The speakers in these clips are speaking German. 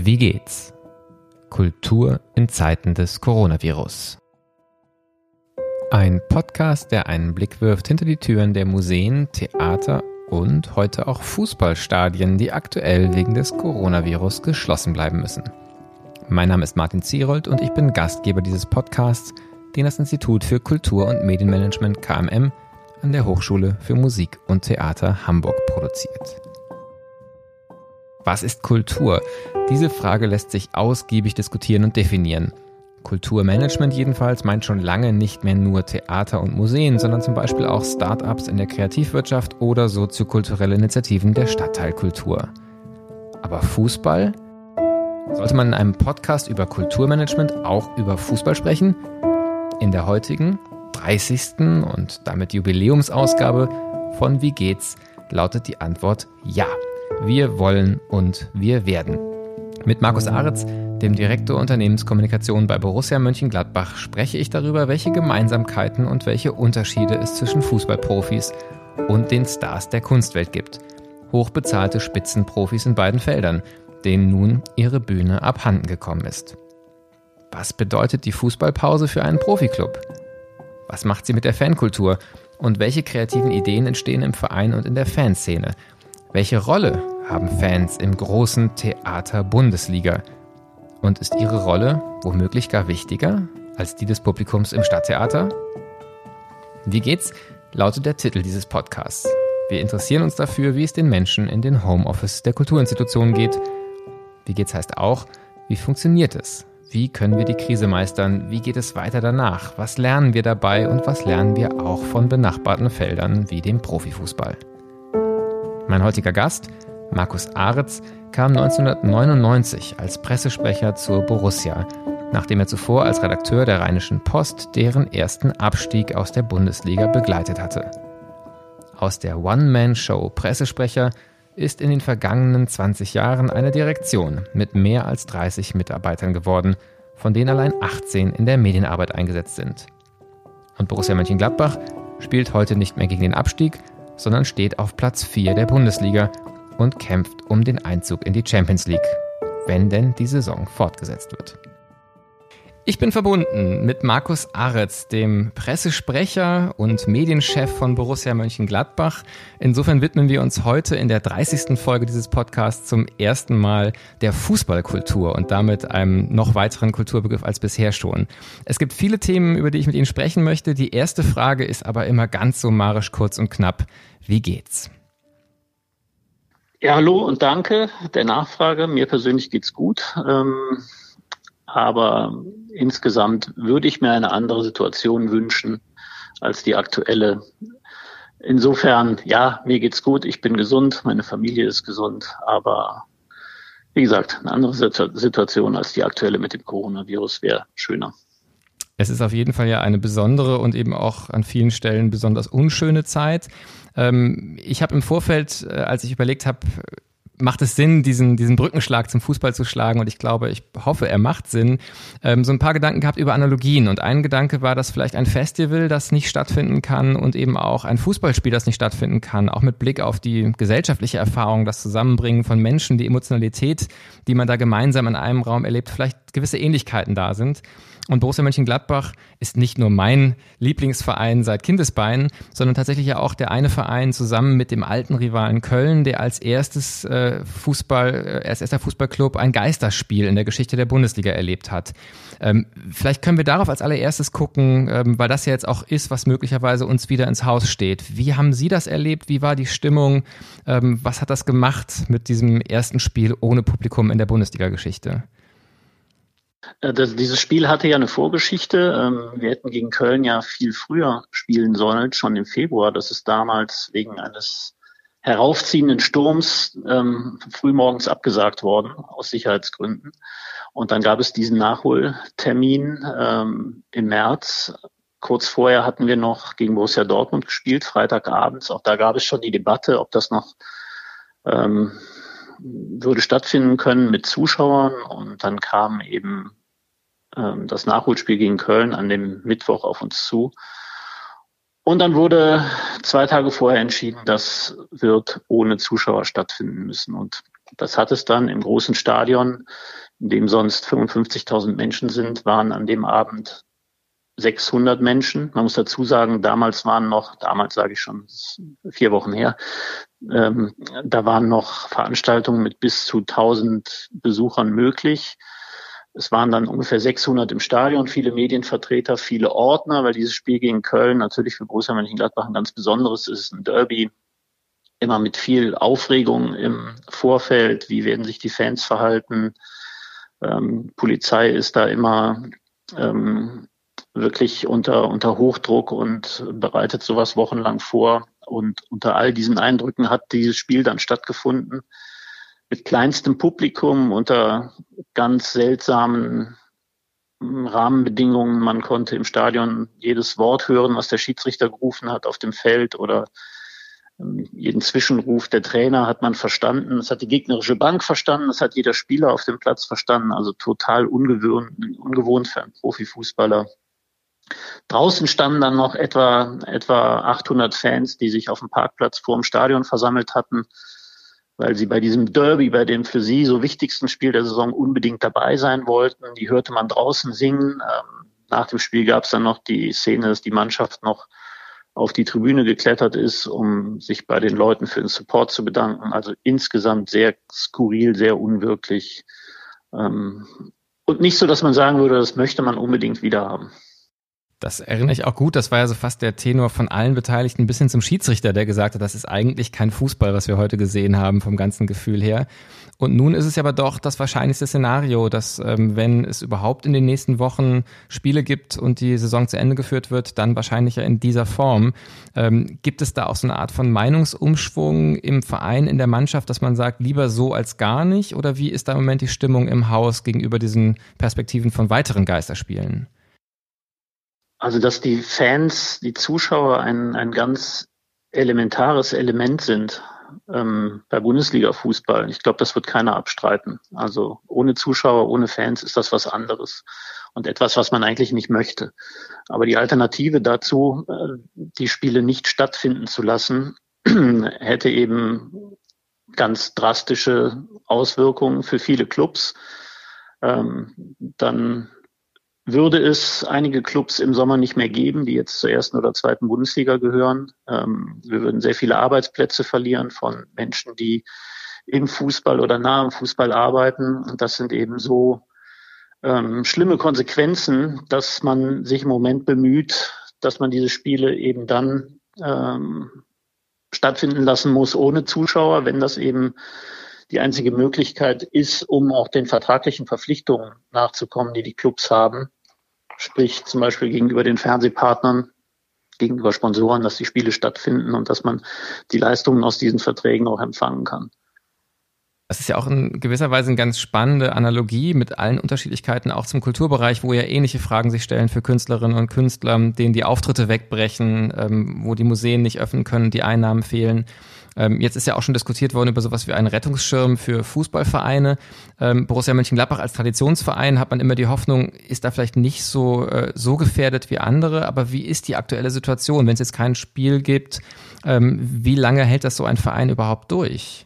Wie geht's? Kultur in Zeiten des Coronavirus. Ein Podcast, der einen Blick wirft hinter die Türen der Museen, Theater und heute auch Fußballstadien, die aktuell wegen des Coronavirus geschlossen bleiben müssen. Mein Name ist Martin Zierold und ich bin Gastgeber dieses Podcasts, den das Institut für Kultur- und Medienmanagement KMM an der Hochschule für Musik und Theater Hamburg produziert. Was ist Kultur? Diese Frage lässt sich ausgiebig diskutieren und definieren. Kulturmanagement jedenfalls meint schon lange nicht mehr nur Theater und Museen, sondern zum Beispiel auch Start-ups in der Kreativwirtschaft oder soziokulturelle Initiativen der Stadtteilkultur. Aber Fußball? Sollte man in einem Podcast über Kulturmanagement auch über Fußball sprechen? In der heutigen 30. und damit Jubiläumsausgabe von Wie geht's lautet die Antwort ja. Wir wollen und wir werden. Mit Markus Aretz, dem Direktor Unternehmenskommunikation bei Borussia Mönchengladbach, spreche ich darüber, welche Gemeinsamkeiten und welche Unterschiede es zwischen Fußballprofis und den Stars der Kunstwelt gibt. Hochbezahlte Spitzenprofis in beiden Feldern, denen nun ihre Bühne abhanden gekommen ist. Was bedeutet die Fußballpause für einen Profiklub? Was macht sie mit der Fankultur? Und welche kreativen Ideen entstehen im Verein und in der Fanszene? Welche Rolle haben Fans im großen Theater Bundesliga? Und ist ihre Rolle womöglich gar wichtiger als die des Publikums im Stadttheater? Wie geht's? Lautet der Titel dieses Podcasts. Wir interessieren uns dafür, wie es den Menschen in den Homeoffice der Kulturinstitutionen geht. Wie geht's heißt auch, wie funktioniert es? Wie können wir die Krise meistern? Wie geht es weiter danach? Was lernen wir dabei und was lernen wir auch von benachbarten Feldern wie dem Profifußball? Mein heutiger Gast, Markus Aretz, kam 1999 als Pressesprecher zur Borussia, nachdem er zuvor als Redakteur der Rheinischen Post deren ersten Abstieg aus der Bundesliga begleitet hatte. Aus der One-Man-Show Pressesprecher ist in den vergangenen 20 Jahren eine Direktion mit mehr als 30 Mitarbeitern geworden, von denen allein 18 in der Medienarbeit eingesetzt sind. Und Borussia Mönchengladbach spielt heute nicht mehr gegen den Abstieg, sondern steht auf Platz 4 der Bundesliga und kämpft um den Einzug in die Champions League, wenn denn die Saison fortgesetzt wird. Ich bin verbunden mit Markus Aretz, dem Pressesprecher und Medienchef von Borussia Mönchengladbach. Insofern widmen wir uns heute in der 30. Folge dieses Podcasts zum ersten Mal der Fußballkultur und damit einem noch weiteren Kulturbegriff als bisher schon. Es gibt viele Themen, über die ich mit Ihnen sprechen möchte. Die erste Frage ist aber immer ganz summarisch, kurz und knapp. Wie geht's? Ja, hallo und danke der Nachfrage. Mir persönlich geht's gut. Aber insgesamt würde ich mir eine andere Situation wünschen als die aktuelle. Insofern, ja, mir geht's gut, ich bin gesund, meine Familie ist gesund, aber wie gesagt, eine andere Situation als die aktuelle mit dem Coronavirus wäre schöner. Es ist auf jeden Fall ja eine besondere und eben auch an vielen Stellen besonders unschöne Zeit. Ich habe im Vorfeld, als ich überlegt habe, macht es Sinn, diesen Brückenschlag zum Fußball zu schlagen? Und ich hoffe, er macht Sinn. So ein paar Gedanken gehabt über Analogien. Und ein Gedanke war, dass vielleicht ein Festival, das nicht stattfinden kann und eben auch ein Fußballspiel, das nicht stattfinden kann, auch mit Blick auf die gesellschaftliche Erfahrung, das Zusammenbringen von Menschen, die Emotionalität, die man da gemeinsam in einem Raum erlebt, vielleicht gewisse Ähnlichkeiten da sind. Und Borussia Mönchengladbach ist nicht nur mein Lieblingsverein seit Kindesbeinen, sondern tatsächlich ja auch der eine Verein zusammen mit dem alten Rivalen Köln, der als erster Fußballclub ein Geisterspiel in der Geschichte der Bundesliga erlebt hat. Vielleicht können wir darauf als allererstes gucken, weil das ja jetzt auch ist, was möglicherweise uns wieder ins Haus steht. Wie haben Sie das erlebt? Wie war die Stimmung? Was hat das gemacht mit diesem ersten Spiel ohne Publikum in der Bundesliga-Geschichte? Dieses Spiel hatte ja eine Vorgeschichte. Wir hätten gegen Köln ja viel früher spielen sollen, schon im Februar. Das ist damals wegen eines heraufziehenden Sturms frühmorgens abgesagt worden, aus Sicherheitsgründen. Und dann gab es diesen Nachholtermin im März. Kurz vorher hatten wir noch gegen Borussia Dortmund gespielt, Freitagabends. Auch da gab es schon die Debatte, ob das noch würde stattfinden können mit Zuschauern. Und dann kam eben das Nachholspiel gegen Köln an dem Mittwoch auf uns zu. Und dann wurde 2 Tage vorher entschieden, das wird ohne Zuschauer stattfinden müssen. Und Das hat es dann im großen Stadion, in dem sonst 55.000 Menschen sind, waren an dem Abend 600 Menschen. Man muss dazu sagen, damals sage ich schon, das ist 4 Wochen her, da waren noch Veranstaltungen mit bis zu 1.000 Besuchern möglich. Es waren dann ungefähr 600 im Stadion, viele Medienvertreter, viele Ordner, weil dieses Spiel gegen Köln natürlich für Borussia Mönchengladbach ein ganz besonderes ist. Es ist ein Derby, immer mit viel Aufregung im Vorfeld. Wie werden sich die Fans verhalten? Polizei ist da immer wirklich unter Hochdruck und bereitet sowas wochenlang vor. Und unter all diesen Eindrücken hat dieses Spiel dann stattgefunden. Mit kleinstem Publikum, unter ganz seltsamen Rahmenbedingungen. Man konnte im Stadion jedes Wort hören, was der Schiedsrichter gerufen hat auf dem Feld, oder jeden Zwischenruf der Trainer hat man verstanden. Das hat die gegnerische Bank verstanden. Das hat jeder Spieler auf dem Platz verstanden. Also total ungewohnt für einen Profifußballer. Draußen standen dann noch etwa 800 Fans, die sich auf dem Parkplatz vor dem Stadion versammelt hatten, weil sie bei diesem Derby, bei dem für sie so wichtigsten Spiel der Saison, unbedingt dabei sein wollten. Die hörte man draußen singen. Nach dem Spiel gab es dann noch die Szene, dass die Mannschaft noch auf die Tribüne geklettert ist, um sich bei den Leuten für den Support zu bedanken. Also insgesamt sehr skurril, sehr unwirklich. Und nicht so, dass man sagen würde, das möchte man unbedingt wieder haben. Das erinnere ich auch gut. Das war ja so fast der Tenor von allen Beteiligten, bis hin zum Schiedsrichter, der gesagt hat, das ist eigentlich kein Fußball, was wir heute gesehen haben, vom ganzen Gefühl her. Und nun ist es aber doch das wahrscheinlichste Szenario, dass wenn es überhaupt in den nächsten Wochen Spiele gibt und die Saison zu Ende geführt wird, dann wahrscheinlich ja in dieser Form. Gibt es da auch so eine Art von Meinungsumschwung im Verein, in der Mannschaft, dass man sagt, lieber so als gar nicht? Oder wie ist da im Moment die Stimmung im Haus gegenüber diesen Perspektiven von weiteren Geisterspielen? Also, dass die Fans, die Zuschauer ein ganz elementares Element sind bei Bundesliga-Fußball. Ich glaube, das wird keiner abstreiten. Also ohne Zuschauer, ohne Fans ist das was anderes und etwas, was man eigentlich nicht möchte. Aber die Alternative dazu, die Spiele nicht stattfinden zu lassen, hätte eben ganz drastische Auswirkungen für viele Clubs. Dann würde es einige Clubs im Sommer nicht mehr geben, die jetzt zur ersten oder zweiten Bundesliga gehören. Wir würden sehr viele Arbeitsplätze verlieren von Menschen, die im Fußball oder nah am Fußball arbeiten. Und das sind eben so schlimme Konsequenzen, dass man sich im Moment bemüht, dass man diese Spiele eben dann stattfinden lassen muss ohne Zuschauer, wenn das eben die einzige Möglichkeit ist, um auch den vertraglichen Verpflichtungen nachzukommen, die die Clubs haben. Sprich zum Beispiel gegenüber den Fernsehpartnern, gegenüber Sponsoren, dass die Spiele stattfinden und dass man die Leistungen aus diesen Verträgen auch empfangen kann. Das ist ja auch in gewisser Weise eine ganz spannende Analogie mit allen Unterschiedlichkeiten, auch zum Kulturbereich, wo ja ähnliche Fragen sich stellen für Künstlerinnen und Künstler, denen die Auftritte wegbrechen, wo die Museen nicht öffnen können, die Einnahmen fehlen. Jetzt ist ja auch schon diskutiert worden über sowas wie einen Rettungsschirm für Fußballvereine. Borussia Mönchengladbach als Traditionsverein hat man immer die Hoffnung, ist da vielleicht nicht so gefährdet wie andere. Aber wie ist die aktuelle Situation, wenn es jetzt kein Spiel gibt? Wie lange hält das so ein Verein überhaupt durch?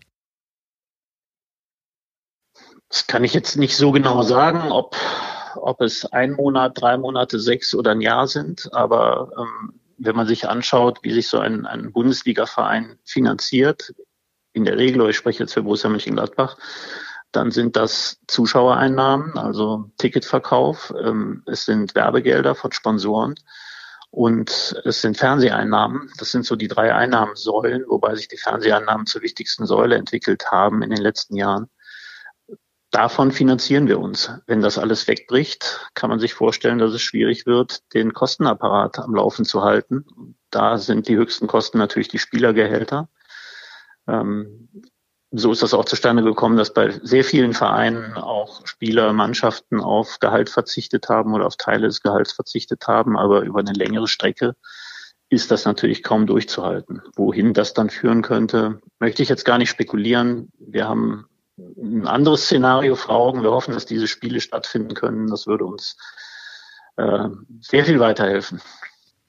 Das kann ich jetzt nicht so genau sagen, ob es 1 Monat, 3 Monate, 6 oder ein Jahr sind. Aber wenn man sich anschaut, wie sich so ein Bundesliga-Verein finanziert, in der Regel, ich spreche jetzt für Borussia Mönchengladbach, dann sind das Zuschauereinnahmen, also Ticketverkauf, es sind Werbegelder von Sponsoren und es sind Fernseheinnahmen. Das sind so die 3 Einnahmensäulen, wobei sich die Fernseheinnahmen zur wichtigsten Säule entwickelt haben in den letzten Jahren. Davon finanzieren wir uns. Wenn das alles wegbricht, kann man sich vorstellen, dass es schwierig wird, den Kostenapparat am Laufen zu halten. Da sind die höchsten Kosten natürlich die Spielergehälter. So ist das auch zustande gekommen, dass bei sehr vielen Vereinen auch Spieler, Mannschaften auf Gehalt verzichtet haben oder auf Teile des Gehalts verzichtet haben. Aber über eine längere Strecke ist das natürlich kaum durchzuhalten. Wohin das dann führen könnte, möchte ich jetzt gar nicht spekulieren. Wir haben ein anderes Szenario vor Augen. Wir hoffen, dass diese Spiele stattfinden können. Das würde uns sehr viel weiterhelfen.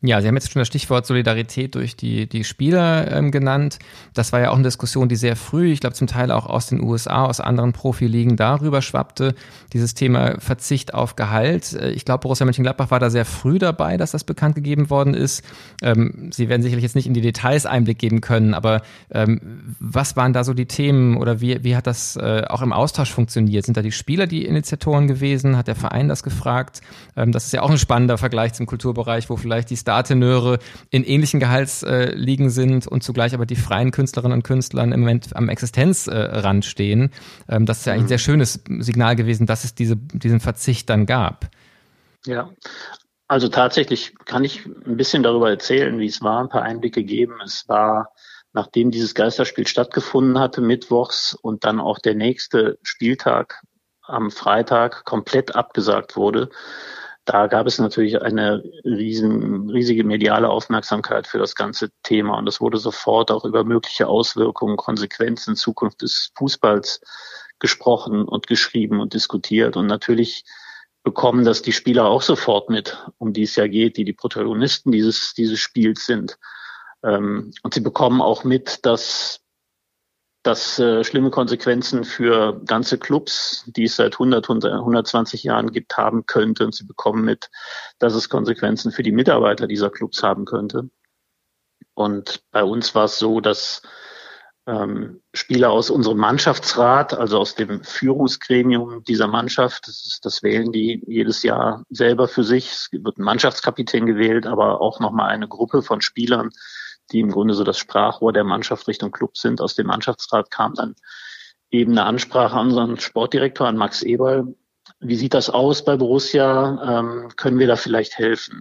Ja, Sie haben jetzt schon das Stichwort Solidarität durch die Spieler genannt. Das war ja auch eine Diskussion, die sehr früh, ich glaube zum Teil auch aus den USA, aus anderen Profiligen darüber schwappte, dieses Thema Verzicht auf Gehalt. Ich glaube, Borussia Mönchengladbach war da sehr früh dabei, dass das bekannt gegeben worden ist. Sie werden sicherlich jetzt nicht in die Details Einblick geben können, aber was waren da so die Themen oder wie hat das auch im Austausch funktioniert? Sind da die Spieler die Initiatoren gewesen? Hat der Verein das gefragt? Das ist ja auch ein spannender Vergleich zum Kulturbereich, wo vielleicht die Startenöre in ähnlichen Gehaltsligen sind und zugleich aber die freien Künstlerinnen und Künstlern im Moment am Existenzrand stehen. Das ist ja eigentlich ein sehr schönes Signal gewesen, dass es diesen Verzicht dann gab. Ja, also tatsächlich kann ich ein bisschen darüber erzählen, wie es war, ein paar Einblicke geben. Es war, nachdem dieses Geisterspiel stattgefunden hatte, mittwochs und dann auch der nächste Spieltag am Freitag komplett abgesagt wurde, da gab es natürlich eine riesige mediale Aufmerksamkeit für das ganze Thema. Und es wurde sofort auch über mögliche Auswirkungen, Konsequenzen, Zukunft des Fußballs gesprochen und geschrieben und diskutiert. Und natürlich bekommen das die Spieler auch sofort mit, um die es ja geht, die Protagonisten dieses Spiels sind. Und sie bekommen auch mit, dass schlimme Konsequenzen für ganze Clubs, die es seit 120 Jahren gibt, haben könnte. Und sie bekommen mit, dass es Konsequenzen für die Mitarbeiter dieser Clubs haben könnte. Und bei uns war es so, dass Spieler aus unserem Mannschaftsrat, also aus dem Führungsgremium dieser Mannschaft, das wählen die jedes Jahr selber für sich. Es wird ein Mannschaftskapitän gewählt, aber auch nochmal eine Gruppe von Spielern, die im Grunde so das Sprachrohr der Mannschaft Richtung Club sind. Aus dem Mannschaftsrat kam dann eben eine Ansprache an unseren Sportdirektor, an Max Eberl. Wie sieht das aus bei Borussia? Können wir da vielleicht helfen?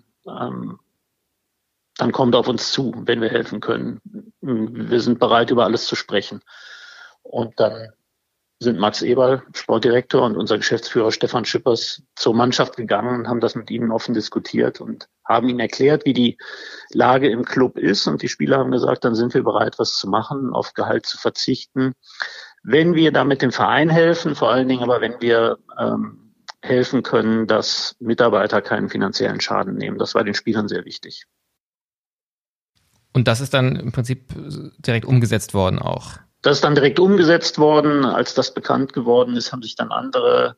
Dann kommt auf uns zu, wenn wir helfen können. Wir sind bereit, über alles zu sprechen. Und dann sind Max Eberl, Sportdirektor, und unser Geschäftsführer Stefan Schippers zur Mannschaft gegangen und haben das mit ihnen offen diskutiert und haben ihnen erklärt, wie die Lage im Club ist. Und die Spieler haben gesagt, dann sind wir bereit, was zu machen, auf Gehalt zu verzichten. Wenn wir damit dem Verein helfen, vor allen Dingen aber, wenn wir helfen können, dass Mitarbeiter keinen finanziellen Schaden nehmen. Das war den Spielern sehr wichtig. Und das ist dann im Prinzip direkt umgesetzt worden auch? Das ist dann direkt umgesetzt worden. Als das bekannt geworden ist, haben sich dann andere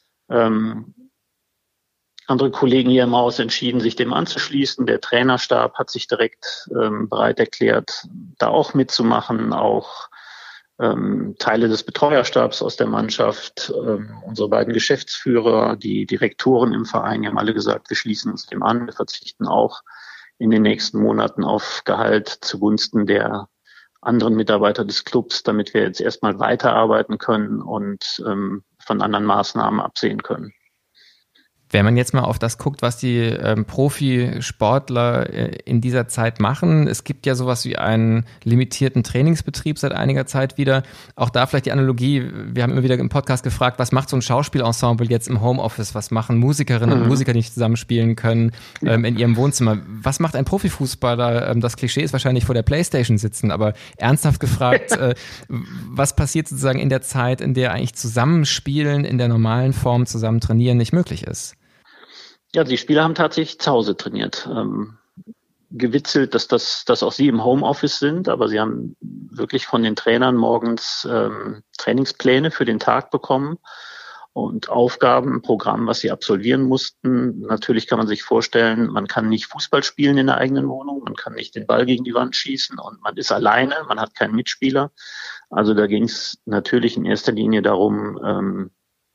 Kollegen hier im Haus entschieden, sich dem anzuschließen. Der Trainerstab hat sich direkt bereit erklärt, da auch mitzumachen. Auch Teile des Betreuerstabs aus der Mannschaft, unsere beiden Geschäftsführer, die Direktoren im Verein, die haben alle gesagt, wir schließen uns dem an. Wir verzichten auch in den nächsten Monaten auf Gehalt zugunsten der anderen Mitarbeiter des Clubs, damit wir jetzt erstmal weiterarbeiten können und von anderen Maßnahmen absehen können. Wenn man jetzt mal auf das guckt, was die Profisportler in dieser Zeit machen, es gibt ja sowas wie einen limitierten Trainingsbetrieb seit einiger Zeit wieder. Auch da vielleicht die Analogie, wir haben immer wieder im Podcast gefragt, was macht so ein Schauspielensemble jetzt im Homeoffice? Was machen Musikerinnen und Musiker, die nicht zusammenspielen können in ihrem Wohnzimmer? Was macht ein Profifußballer? Das Klischee ist wahrscheinlich vor der Playstation sitzen, aber ernsthaft gefragt, was passiert sozusagen in der Zeit, in der eigentlich Zusammenspielen in der normalen Form, zusammen trainieren nicht möglich ist? Ja, die Spieler haben tatsächlich zu Hause trainiert. Gewitzelt, dass auch sie im Homeoffice sind, aber sie haben wirklich von den Trainern morgens Trainingspläne für den Tag bekommen und Aufgaben, ein Programm, was sie absolvieren mussten. Natürlich kann man sich vorstellen, man kann nicht Fußball spielen in der eigenen Wohnung, man kann nicht den Ball gegen die Wand schießen und man ist alleine, man hat keinen Mitspieler. Also da ging es natürlich in erster Linie darum,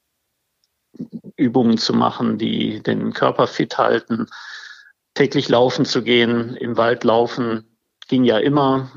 Übungen zu machen, die den Körper fit halten, täglich laufen zu gehen, im Wald laufen, ging ja immer.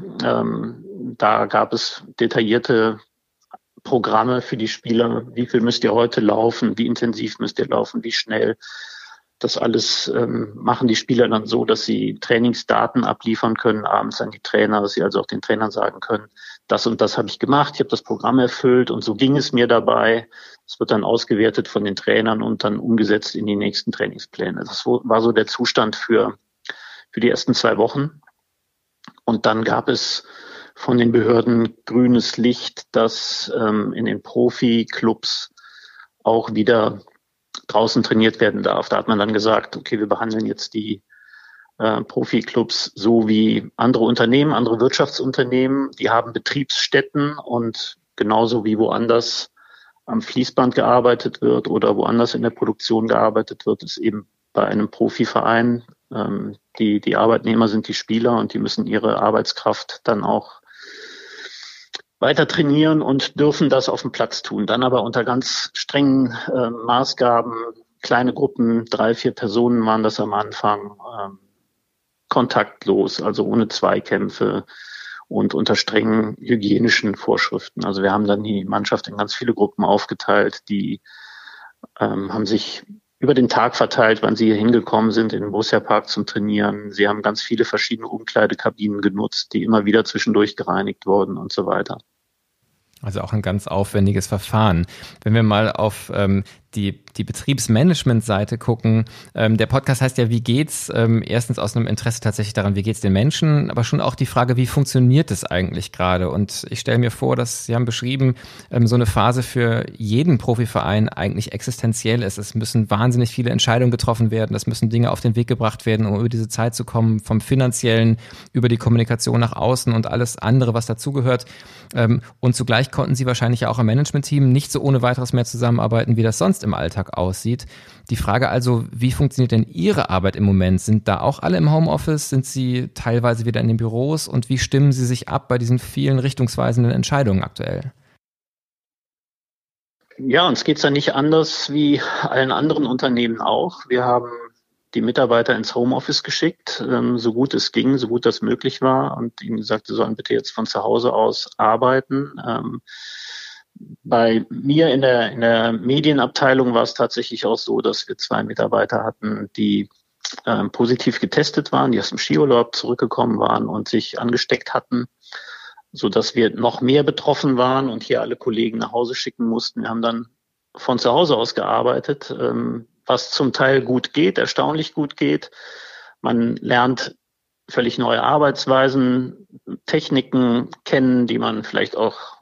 Da gab es detaillierte Programme für die Spieler. Wie viel müsst ihr heute laufen? Wie intensiv müsst ihr laufen? Wie schnell? Das alles machen die Spieler dann so, dass sie Trainingsdaten abliefern können abends an die Trainer, dass sie also auch den Trainern sagen können, das und das habe ich gemacht, ich habe das Programm erfüllt und so ging es mir dabei. Es wird dann ausgewertet von den Trainern und dann umgesetzt in die nächsten Trainingspläne. Das war so der Zustand für die ersten 2 Wochen. Und dann gab es von den Behörden grünes Licht, dass in den Profi-Clubs auch wieder draußen trainiert werden darf. Da hat man dann gesagt, okay, wir behandeln jetzt die Profiklubs so wie andere Unternehmen, andere Wirtschaftsunternehmen. Die haben Betriebsstätten und genauso wie woanders am Fließband gearbeitet wird oder woanders in der Produktion gearbeitet wird, ist eben bei einem Profiverein. Die Arbeitnehmer sind die Spieler und die müssen ihre Arbeitskraft dann auch weiter trainieren und dürfen das auf dem Platz tun. Dann aber unter ganz strengen Maßgaben, kleine Gruppen, 3, 4 Personen waren das am Anfang, kontaktlos, also ohne Zweikämpfe und unter strengen hygienischen Vorschriften. Also wir haben dann die Mannschaft in ganz viele Gruppen aufgeteilt, die haben sich über den Tag verteilt, wann sie hier hingekommen sind, in den Borussia Park zum Trainieren. Sie haben ganz viele verschiedene Umkleidekabinen genutzt, die immer wieder zwischendurch gereinigt wurden und so weiter. Also auch ein ganz aufwendiges Verfahren. Wenn wir mal auf die Betriebsmanagement-Seite gucken, der Podcast heißt ja, wie geht's? Erstens aus einem Interesse tatsächlich daran, wie geht's den Menschen, aber schon auch die Frage, wie funktioniert es eigentlich gerade? Und ich stelle mir vor, dass Sie haben beschrieben, so eine Phase für jeden Profiverein eigentlich existenziell ist. Es müssen wahnsinnig viele Entscheidungen getroffen werden, es müssen Dinge auf den Weg gebracht werden, um über diese Zeit zu kommen, vom Finanziellen über die Kommunikation nach außen und alles andere, was dazugehört. Und zugleich konnten Sie wahrscheinlich auch im Management-Team nicht so ohne weiteres mehr zusammenarbeiten, wie das sonst im Alltag aussieht. Die Frage also, wie funktioniert denn Ihre Arbeit im Moment? Sind da auch alle im Homeoffice? Sind Sie teilweise wieder in den Büros? Und wie stimmen Sie sich ab bei diesen vielen richtungsweisenden Entscheidungen aktuell? Ja, uns geht's ja nicht anders wie allen anderen Unternehmen auch. Wir haben die Mitarbeiter ins Homeoffice geschickt, so gut es ging, so gut das möglich war und ihnen gesagt, sie sollen bitte jetzt von zu Hause aus arbeiten. Bei mir in der Medienabteilung war es tatsächlich auch so, dass wir 2 Mitarbeiter hatten, die positiv getestet waren, die aus dem Skiurlaub zurückgekommen waren und sich angesteckt hatten, so dass wir noch mehr betroffen waren und hier alle Kollegen nach Hause schicken mussten. Wir haben dann von zu Hause aus gearbeitet, was zum Teil gut geht, erstaunlich gut geht. Man lernt völlig neue Arbeitsweisen, Techniken kennen, die man vielleicht auch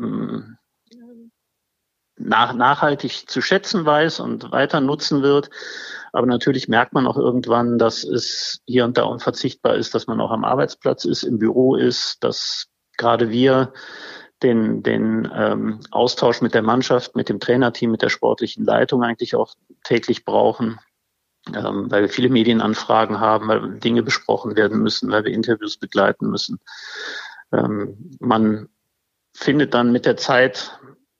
nachhaltig zu schätzen weiß und weiter nutzen wird. Aber natürlich merkt man auch irgendwann, dass es hier und da unverzichtbar ist, dass man auch am Arbeitsplatz ist, im Büro ist, dass gerade wir den Austausch mit der Mannschaft, mit dem Trainerteam, mit der sportlichen Leitung eigentlich auch täglich brauchen, weil wir viele Medienanfragen haben, weil Dinge besprochen werden müssen, weil wir Interviews begleiten müssen. Man findet dann mit der Zeit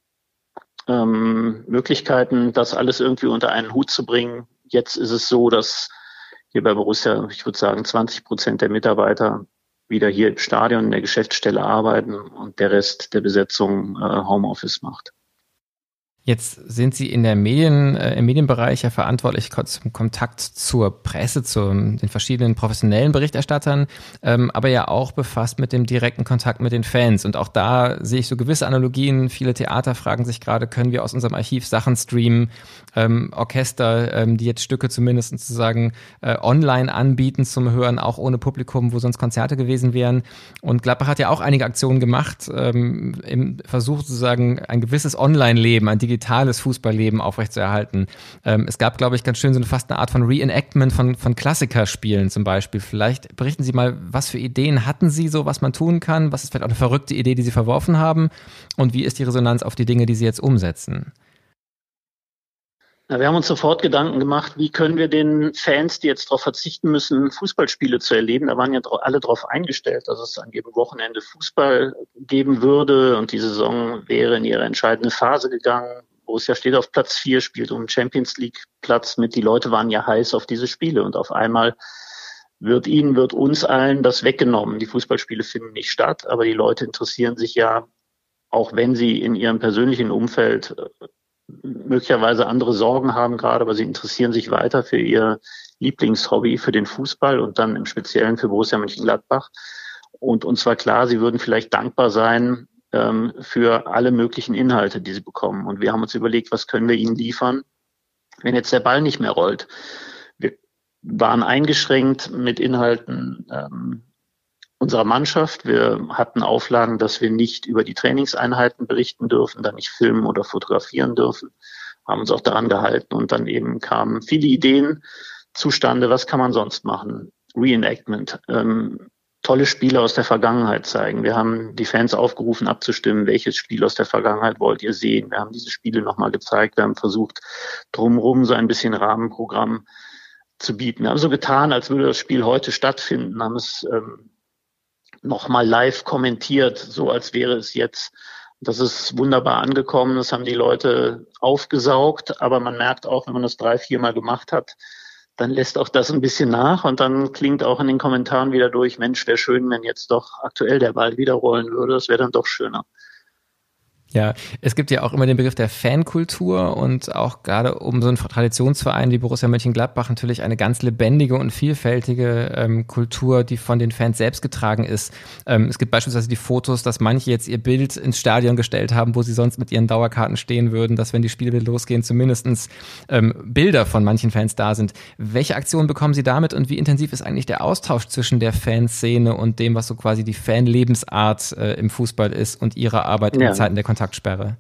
Möglichkeiten, das alles irgendwie unter einen Hut zu bringen. Jetzt ist es so, dass hier bei Borussia, ich würde sagen, 20% der Mitarbeiter wieder hier im Stadion in der Geschäftsstelle arbeiten und der Rest der Besetzung Homeoffice macht. Jetzt sind Sie in der im Medienbereich ja verantwortlich zum Kontakt zur Presse, zu den verschiedenen professionellen Berichterstattern, aber ja auch befasst mit dem direkten Kontakt mit den Fans. Und auch da sehe ich so gewisse Analogien. Viele Theater fragen sich gerade, können wir aus unserem Archiv Sachen streamen? Orchester, die jetzt Stücke zumindest sozusagen online anbieten zum Hören, auch ohne Publikum, wo sonst Konzerte gewesen wären. Und Gladbach hat ja auch einige Aktionen gemacht, im Versuch sozusagen ein gewisses Online-Leben, ein digitales Fußballleben aufrechtzuerhalten. Es gab, glaube ich, ganz schön so fast eine Art von Reenactment von Klassikerspielen zum Beispiel. Vielleicht berichten Sie mal, was für Ideen hatten Sie so, was man tun kann? Was ist vielleicht auch eine verrückte Idee, die Sie verworfen haben? Und wie ist die Resonanz auf die Dinge, die Sie jetzt umsetzen? Wir haben uns sofort Gedanken gemacht, wie können wir den Fans, die jetzt darauf verzichten müssen, Fußballspiele zu erleben, da waren ja alle darauf eingestellt, dass es an jedem Wochenende Fußball geben würde und die Saison wäre in ihre entscheidende Phase gegangen. Borussia steht auf Platz 4, spielt um den Champions League Platz mit. Die Leute waren ja heiß auf diese Spiele und auf einmal wird uns allen das weggenommen. Die Fußballspiele finden nicht statt, aber die Leute interessieren sich ja, auch wenn sie in ihrem persönlichen Umfeld möglicherweise andere Sorgen haben gerade, aber sie interessieren sich weiter für ihr Lieblingshobby, für den Fußball und dann im Speziellen für Borussia Mönchengladbach. Und uns war klar, sie würden vielleicht dankbar sein für alle möglichen Inhalte, die sie bekommen. Und wir haben uns überlegt, was können wir ihnen liefern, wenn jetzt der Ball nicht mehr rollt. Wir waren eingeschränkt mit Inhalten unserer Mannschaft. Wir hatten Auflagen, dass wir nicht über die Trainingseinheiten berichten dürfen, dann nicht filmen oder fotografieren dürfen, haben uns auch daran gehalten und dann eben kamen viele Ideen zustande, was kann man sonst machen. Reenactment, tolle Spiele aus der Vergangenheit zeigen. Wir haben die Fans aufgerufen, abzustimmen, welches Spiel aus der Vergangenheit wollt ihr sehen. Wir haben diese Spiele nochmal gezeigt. Wir haben versucht, drumherum so ein bisschen Rahmenprogramm zu bieten. Wir haben so getan, als würde das Spiel heute stattfinden, haben es nochmal live kommentiert, so als wäre es jetzt. Das ist wunderbar angekommen, das haben die Leute aufgesaugt, aber man merkt auch, wenn man das 3-4 Mal gemacht hat, dann lässt auch das ein bisschen nach und dann klingt auch in den Kommentaren wieder durch, Mensch, wäre schön, wenn jetzt doch aktuell der Ball wieder rollen würde, das wäre dann doch schöner. Ja, es gibt ja auch immer den Begriff der Fankultur und auch gerade um so einen Traditionsverein wie Borussia Mönchengladbach natürlich eine ganz lebendige und vielfältige Kultur, die von den Fans selbst getragen ist. Es gibt beispielsweise die Fotos, dass manche jetzt ihr Bild ins Stadion gestellt haben, wo sie sonst mit ihren Dauerkarten stehen würden, dass wenn die Spiele wieder losgehen, zumindestens Bilder von manchen Fans da sind. Welche Aktionen bekommen Sie damit und wie intensiv ist eigentlich der Austausch zwischen der Fanszene und dem, was so quasi die Fanlebensart im Fußball ist und Ihrer Arbeit in Zeiten der Kontaktsperre?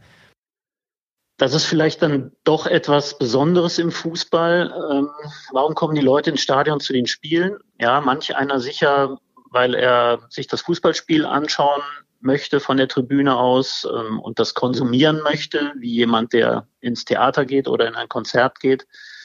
Das ist vielleicht dann doch etwas Besonderes im Fußball. Warum kommen die Leute ins Stadion zu den Spielen? Ja, manch einer sicher, weil er sich das Fußballspiel anschauen möchte von der Tribüne aus und das konsumieren möchte, wie jemand, der ins Theater geht oder in ein Konzert geht.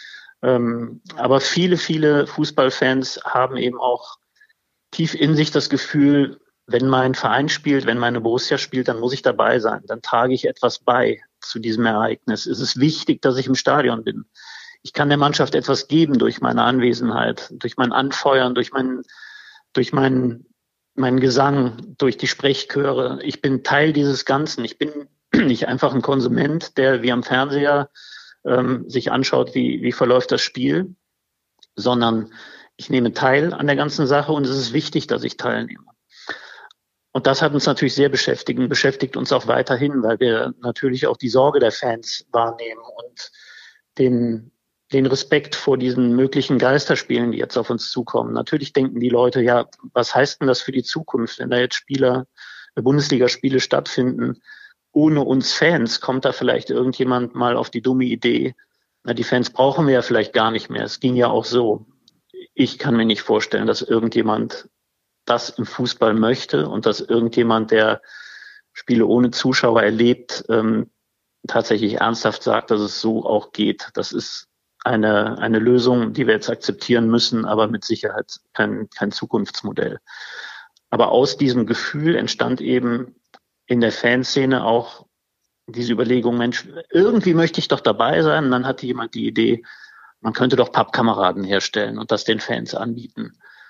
Aber viele, viele Fußballfans haben eben auch tief in sich das Gefühl, wenn mein Verein spielt, wenn meine Borussia spielt, dann muss ich dabei sein. Dann trage ich etwas bei zu diesem Ereignis. Es ist wichtig, dass ich im Stadion bin. Ich kann der Mannschaft etwas geben durch meine Anwesenheit, durch mein Anfeuern, durch meinen Gesang, durch die Sprechchöre. Ich bin Teil dieses Ganzen. Ich bin nicht einfach ein Konsument, der wie am Fernseher sich anschaut, wie verläuft das Spiel, sondern ich nehme teil an der ganzen Sache und es ist wichtig, dass ich teilnehme. Und das hat uns natürlich sehr beschäftigt uns auch weiterhin, weil wir natürlich auch die Sorge der Fans wahrnehmen und den Respekt vor diesen möglichen Geisterspielen, die jetzt auf uns zukommen. Natürlich denken die Leute, ja, was heißt denn das für die Zukunft, wenn da jetzt Bundesligaspiele stattfinden? Ohne uns Fans kommt da vielleicht irgendjemand mal auf die dumme Idee, na, die Fans brauchen wir ja vielleicht gar nicht mehr. Es ging ja auch so. Ich kann mir nicht vorstellen, dass irgendjemand das im Fußball möchte und dass irgendjemand, der Spiele ohne Zuschauer erlebt, tatsächlich ernsthaft sagt, dass es so auch geht. Das ist eine Lösung, die wir jetzt akzeptieren müssen, aber mit Sicherheit kein Zukunftsmodell. Aber aus diesem Gefühl entstand eben in der Fanszene auch diese Überlegung, Mensch, irgendwie möchte ich doch dabei sein. Und dann hatte jemand die Idee, man könnte doch Pappkameraden herstellen und das den Fans anbieten.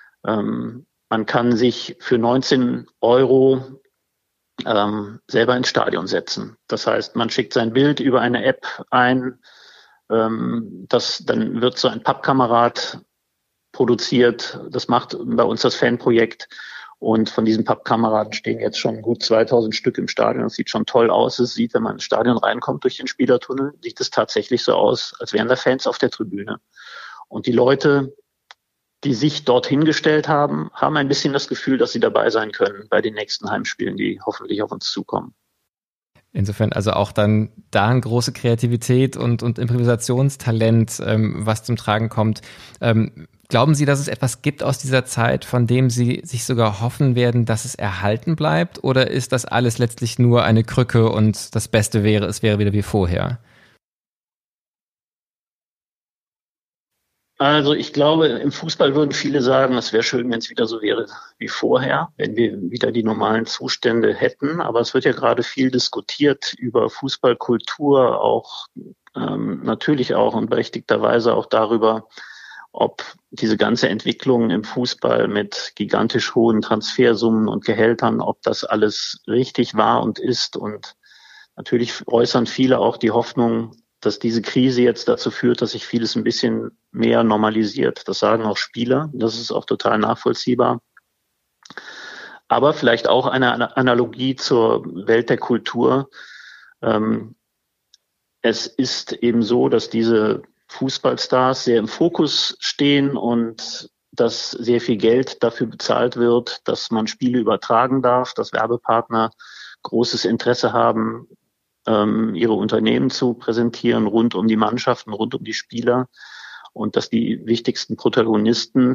Man kann sich für 19 € selber ins Stadion setzen. Das heißt, man schickt sein Bild über eine App ein, dann wird so ein Pappkamerad produziert. Das macht bei uns das Fanprojekt. Und von diesen Pappkameraden stehen jetzt schon gut 2000 Stück im Stadion. Das sieht schon toll aus. Es sieht, wenn man ins Stadion reinkommt durch den Spielertunnel, sieht es tatsächlich so aus, als wären da Fans auf der Tribüne. Und die Leute, die sich dorthin gestellt haben, haben ein bisschen das Gefühl, dass sie dabei sein können bei den nächsten Heimspielen, die hoffentlich auf uns zukommen. Insofern also auch dann da eine große Kreativität und Improvisationstalent, was zum Tragen kommt. Glauben Sie, dass es etwas gibt aus dieser Zeit, von dem Sie sich sogar hoffen werden, dass es erhalten bleibt? Oder ist das alles letztlich nur eine Krücke und das Beste wäre, es wäre wieder wie vorher? Also ich glaube, im Fußball würden viele sagen, es wäre schön, wenn es wieder so wäre wie vorher, wenn wir wieder die normalen Zustände hätten. Aber es wird ja gerade viel diskutiert über Fußballkultur, auch natürlich auch und berechtigterweise auch darüber, ob diese ganze Entwicklung im Fußball mit gigantisch hohen Transfersummen und Gehältern, ob das alles richtig war und ist. Und natürlich äußern viele auch die Hoffnung, dass diese Krise jetzt dazu führt, dass sich vieles ein bisschen mehr normalisiert. Das sagen auch Spieler. Das ist auch total nachvollziehbar. Aber vielleicht auch eine Analogie zur Welt der Kultur. Es ist eben so, dass diese Fußballstars sehr im Fokus stehen und dass sehr viel Geld dafür bezahlt wird, dass man Spiele übertragen darf, dass Werbepartner großes Interesse haben, ihre Unternehmen zu präsentieren rund um die Mannschaften, rund um die Spieler und dass die wichtigsten Protagonisten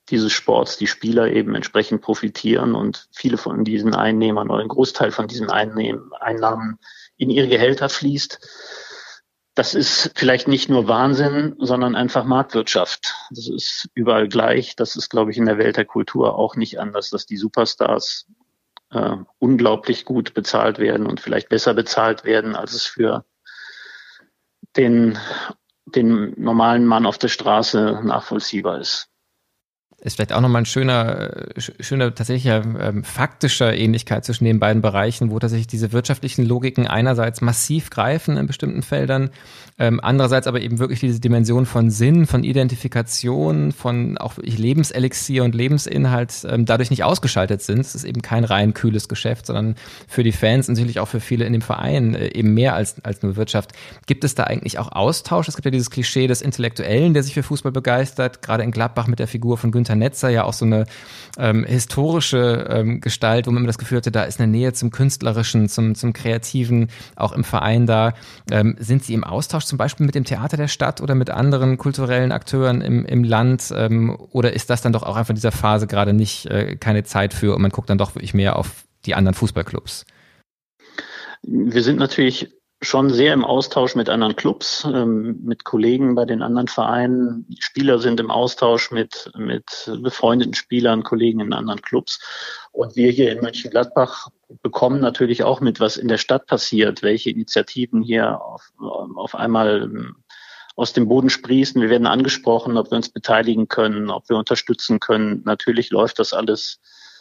dieses Sports die Spieler eben entsprechend profitieren und viele von diesen Einnehmern oder ein Großteil von diesen Einnahmen in ihre Gehälter fließt. Das ist vielleicht nicht nur Wahnsinn, sondern einfach Marktwirtschaft. Das ist überall gleich. Das ist, glaube ich, in der Welt der Kultur auch nicht anders, dass die Superstars unglaublich gut bezahlt werden und vielleicht besser bezahlt werden, als es für den normalen Mann auf der Straße nachvollziehbar ist. Ist vielleicht auch nochmal ein schöner tatsächlicher faktischer Ähnlichkeit zwischen den beiden Bereichen, wo tatsächlich diese wirtschaftlichen Logiken einerseits massiv greifen in bestimmten Feldern, andererseits aber eben wirklich diese Dimension von Sinn, von Identifikation, von auch Lebenselixier und Lebensinhalt dadurch nicht ausgeschaltet sind. Es ist eben kein rein kühles Geschäft, sondern für die Fans und sicherlich auch für viele in dem Verein eben mehr als nur Wirtschaft. Gibt es da eigentlich auch Austausch? Es gibt ja dieses Klischee des Intellektuellen, der sich für Fußball begeistert, gerade in Gladbach mit der Figur von Günther Netzer, ja auch so eine historische Gestalt, wo man immer das Gefühl hatte, da ist eine Nähe zum Künstlerischen, zum Kreativen, auch im Verein da. Sind Sie im Austausch zum Beispiel mit dem Theater der Stadt oder mit anderen kulturellen Akteuren im Land? Oder ist das dann doch auch einfach in dieser Phase gerade nicht keine Zeit für und man guckt dann doch wirklich mehr auf die anderen Fußballclubs? Wir sind natürlich schon sehr im Austausch mit anderen Clubs, mit Kollegen bei den anderen Vereinen. Die Spieler sind im Austausch mit befreundeten Spielern, Kollegen in anderen Clubs. Und wir hier in Mönchengladbach bekommen natürlich auch mit, was in der Stadt passiert, welche Initiativen hier auf einmal aus dem Boden sprießen. Wir werden angesprochen, ob wir uns beteiligen können, ob wir unterstützen können. Natürlich läuft das alles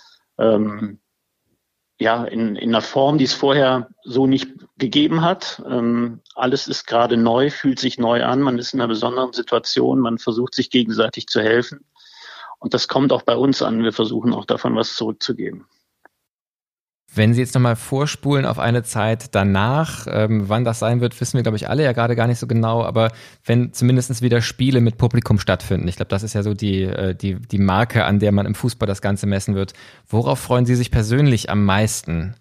in einer Form, die es vorher so nicht gegeben hat. Alles ist gerade neu, fühlt sich neu an. Man ist in einer besonderen Situation. Man versucht, sich gegenseitig zu helfen. Und das kommt auch bei uns an. Wir versuchen auch davon was zurückzugeben. Wenn Sie jetzt nochmal vorspulen auf eine Zeit danach, wann das sein wird, wissen wir, glaube ich, alle ja gerade gar nicht so genau, aber wenn zumindest wieder Spiele mit Publikum stattfinden, ich glaube, das ist ja so die Marke, an der man im Fußball das Ganze messen wird. Worauf freuen Sie sich persönlich am meisten?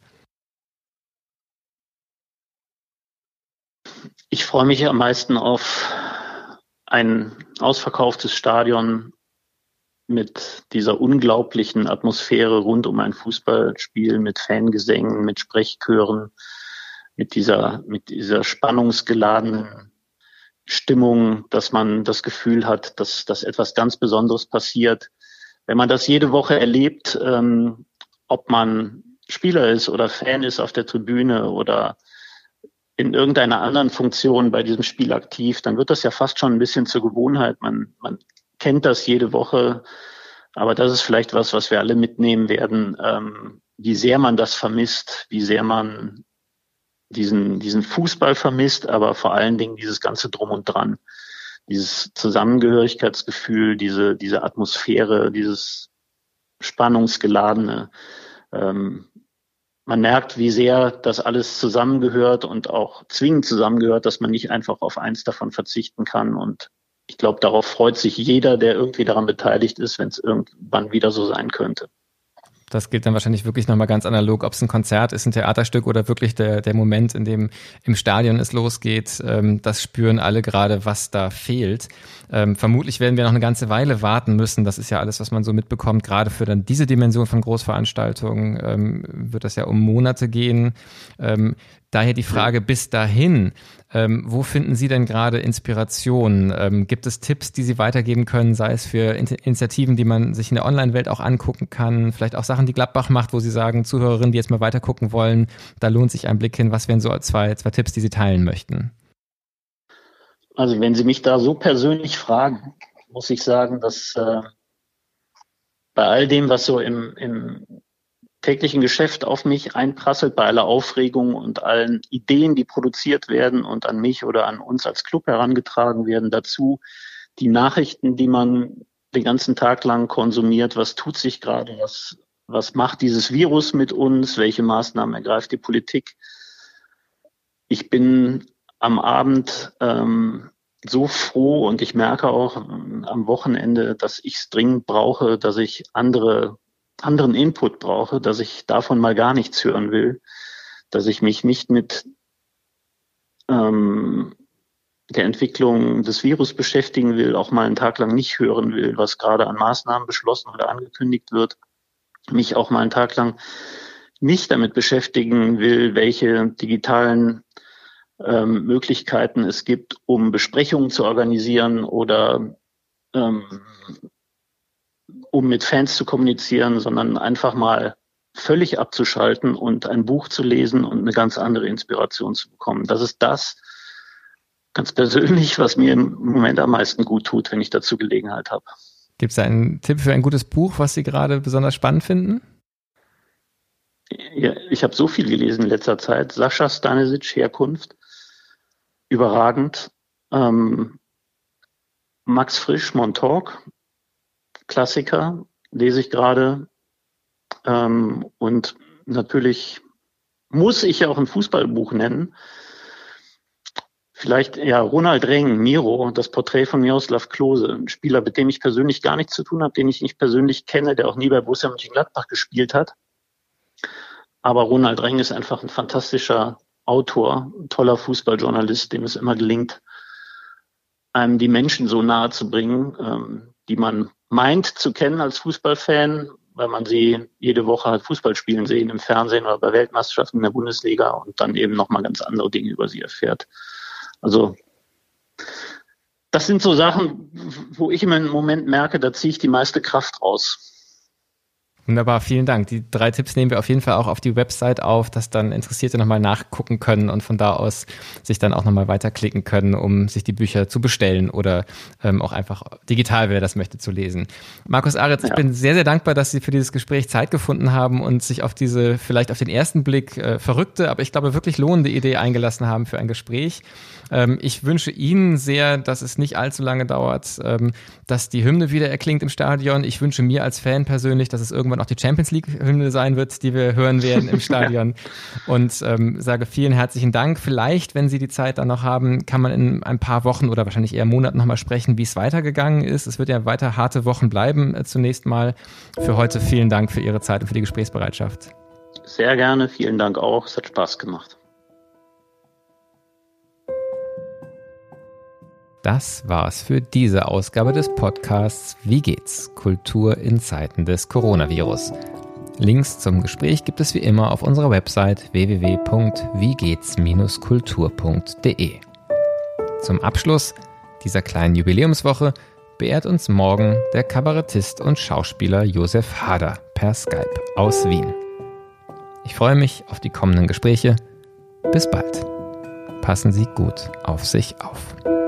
Ich freue mich am meisten auf ein ausverkauftes Stadion mit dieser unglaublichen Atmosphäre rund um ein Fußballspiel, mit Fangesängen, mit Sprechchören, mit dieser spannungsgeladenen Stimmung, dass man das Gefühl hat, dass etwas ganz Besonderes passiert. Wenn man das jede Woche erlebt, ob man Spieler ist oder Fan ist auf der Tribüne oder in irgendeiner anderen Funktion bei diesem Spiel aktiv, dann wird das ja fast schon ein bisschen zur Gewohnheit. Man kennt das jede Woche, aber das ist vielleicht was wir alle mitnehmen werden, wie sehr man das vermisst, wie sehr man diesen Fußball vermisst, aber vor allen Dingen dieses ganze Drum und Dran, dieses Zusammengehörigkeitsgefühl, diese Atmosphäre, dieses Spannungsgeladene. Man merkt, wie sehr das alles zusammengehört und auch zwingend zusammengehört, dass man nicht einfach auf eins davon verzichten kann. Und ich glaube, darauf freut sich jeder, der irgendwie daran beteiligt ist, wenn es irgendwann wieder so sein könnte. Das gilt dann wahrscheinlich wirklich nochmal ganz analog, ob es ein Konzert ist, ein Theaterstück oder wirklich der Moment, in dem im Stadion es losgeht. Das spüren alle gerade, was da fehlt. Vermutlich werden wir noch eine ganze Weile warten müssen. Das ist ja alles, was man so mitbekommt. Gerade für dann diese Dimension von Großveranstaltungen wird das ja um Monate gehen. Daher die Frage bis dahin, wo finden Sie denn gerade Inspiration? Gibt es Tipps, die Sie weitergeben können, sei es für Initiativen, die man sich in der Online-Welt auch angucken kann, vielleicht auch Sachen, die Gladbach macht, wo Sie sagen, Zuhörerinnen, die jetzt mal weiter gucken wollen, da lohnt sich ein Blick hin. Was wären so zwei Tipps, die Sie teilen möchten? Also wenn Sie mich da so persönlich fragen, muss ich sagen, dass bei all dem, was so im täglichen Geschäft auf mich einprasselt, bei aller Aufregung und allen Ideen, die produziert werden und an mich oder an uns als Club herangetragen werden, dazu die Nachrichten, die man den ganzen Tag lang konsumiert, was tut sich gerade, was macht dieses Virus mit uns, welche Maßnahmen ergreift die Politik. Ich bin am Abend so froh und ich merke auch am Wochenende, dass ich es dringend brauche, dass ich anderen Input brauche, dass ich davon mal gar nichts hören will, dass ich mich nicht mit der Entwicklung des Virus beschäftigen will, auch mal einen Tag lang nicht hören will, was gerade an Maßnahmen beschlossen oder angekündigt wird, mich auch mal einen Tag lang nicht damit beschäftigen will, welche digitalen Möglichkeiten es gibt, um Besprechungen zu organisieren oder um mit Fans zu kommunizieren, sondern einfach mal völlig abzuschalten und ein Buch zu lesen und eine ganz andere Inspiration zu bekommen. Das ist das, ganz persönlich, was mir im Moment am meisten gut tut, wenn ich dazu Gelegenheit habe. Gibt es einen Tipp für ein gutes Buch, was Sie gerade besonders spannend finden? Ja, ich habe so viel gelesen in letzter Zeit. Sascha Stanisic, Herkunft, überragend. Max Frisch, Montauk, Klassiker, lese ich gerade. Und natürlich muss ich ja auch ein Fußballbuch nennen. Vielleicht, ja, Ronald Reng, Miro, das Porträt von Miroslav Klose, ein Spieler, mit dem ich persönlich gar nichts zu tun habe, den ich nicht persönlich kenne, der auch nie bei Borussia Mönchengladbach gespielt hat. Aber Ronald Reng ist einfach ein fantastischer Autor, ein toller Fußballjournalist, dem es immer gelingt, einem die Menschen so nahe zu bringen, die man meint zu kennen als Fußballfan, weil man sie jede Woche halt Fußball spielen sehen im Fernsehen oder bei Weltmeisterschaften in der Bundesliga und dann eben nochmal ganz andere Dinge über sie erfährt. Also das sind so Sachen, wo ich im Moment merke, da ziehe ich die meiste Kraft raus. Wunderbar, vielen Dank. Die 3 Tipps nehmen wir auf jeden Fall auch auf die Website auf, dass dann Interessierte nochmal nachgucken können und von da aus sich dann auch nochmal weiterklicken können, um sich die Bücher zu bestellen oder auch einfach digital, wer das möchte, zu lesen. Markus Aretz, ich bin sehr, sehr dankbar, dass Sie für dieses Gespräch Zeit gefunden haben und sich auf diese vielleicht auf den ersten Blick verrückte, aber ich glaube wirklich lohnende Idee eingelassen haben für ein Gespräch. Ich wünsche Ihnen sehr, dass es nicht allzu lange dauert, dass die Hymne wieder erklingt im Stadion. Ich wünsche mir als Fan persönlich, dass es irgendwann auch die Champions League-Hymne sein wird, die wir hören werden im Stadion. Und sage vielen herzlichen Dank. Vielleicht, wenn Sie die Zeit dann noch haben, kann man in ein paar Wochen oder wahrscheinlich eher Monaten nochmal sprechen, wie es weitergegangen ist. Es wird ja weiter harte Wochen bleiben zunächst mal. Für heute vielen Dank für Ihre Zeit und für die Gesprächsbereitschaft. Sehr gerne, vielen Dank auch. Es hat Spaß gemacht. Das war's für diese Ausgabe des Podcasts Wie geht's? Kultur in Zeiten des Coronavirus. Links zum Gespräch gibt es wie immer auf unserer Website www.wiegehts-kultur.de. Zum Abschluss dieser kleinen Jubiläumswoche beehrt uns morgen der Kabarettist und Schauspieler Josef Hader per Skype aus Wien. Ich freue mich auf die kommenden Gespräche. Bis bald. Passen Sie gut auf sich auf.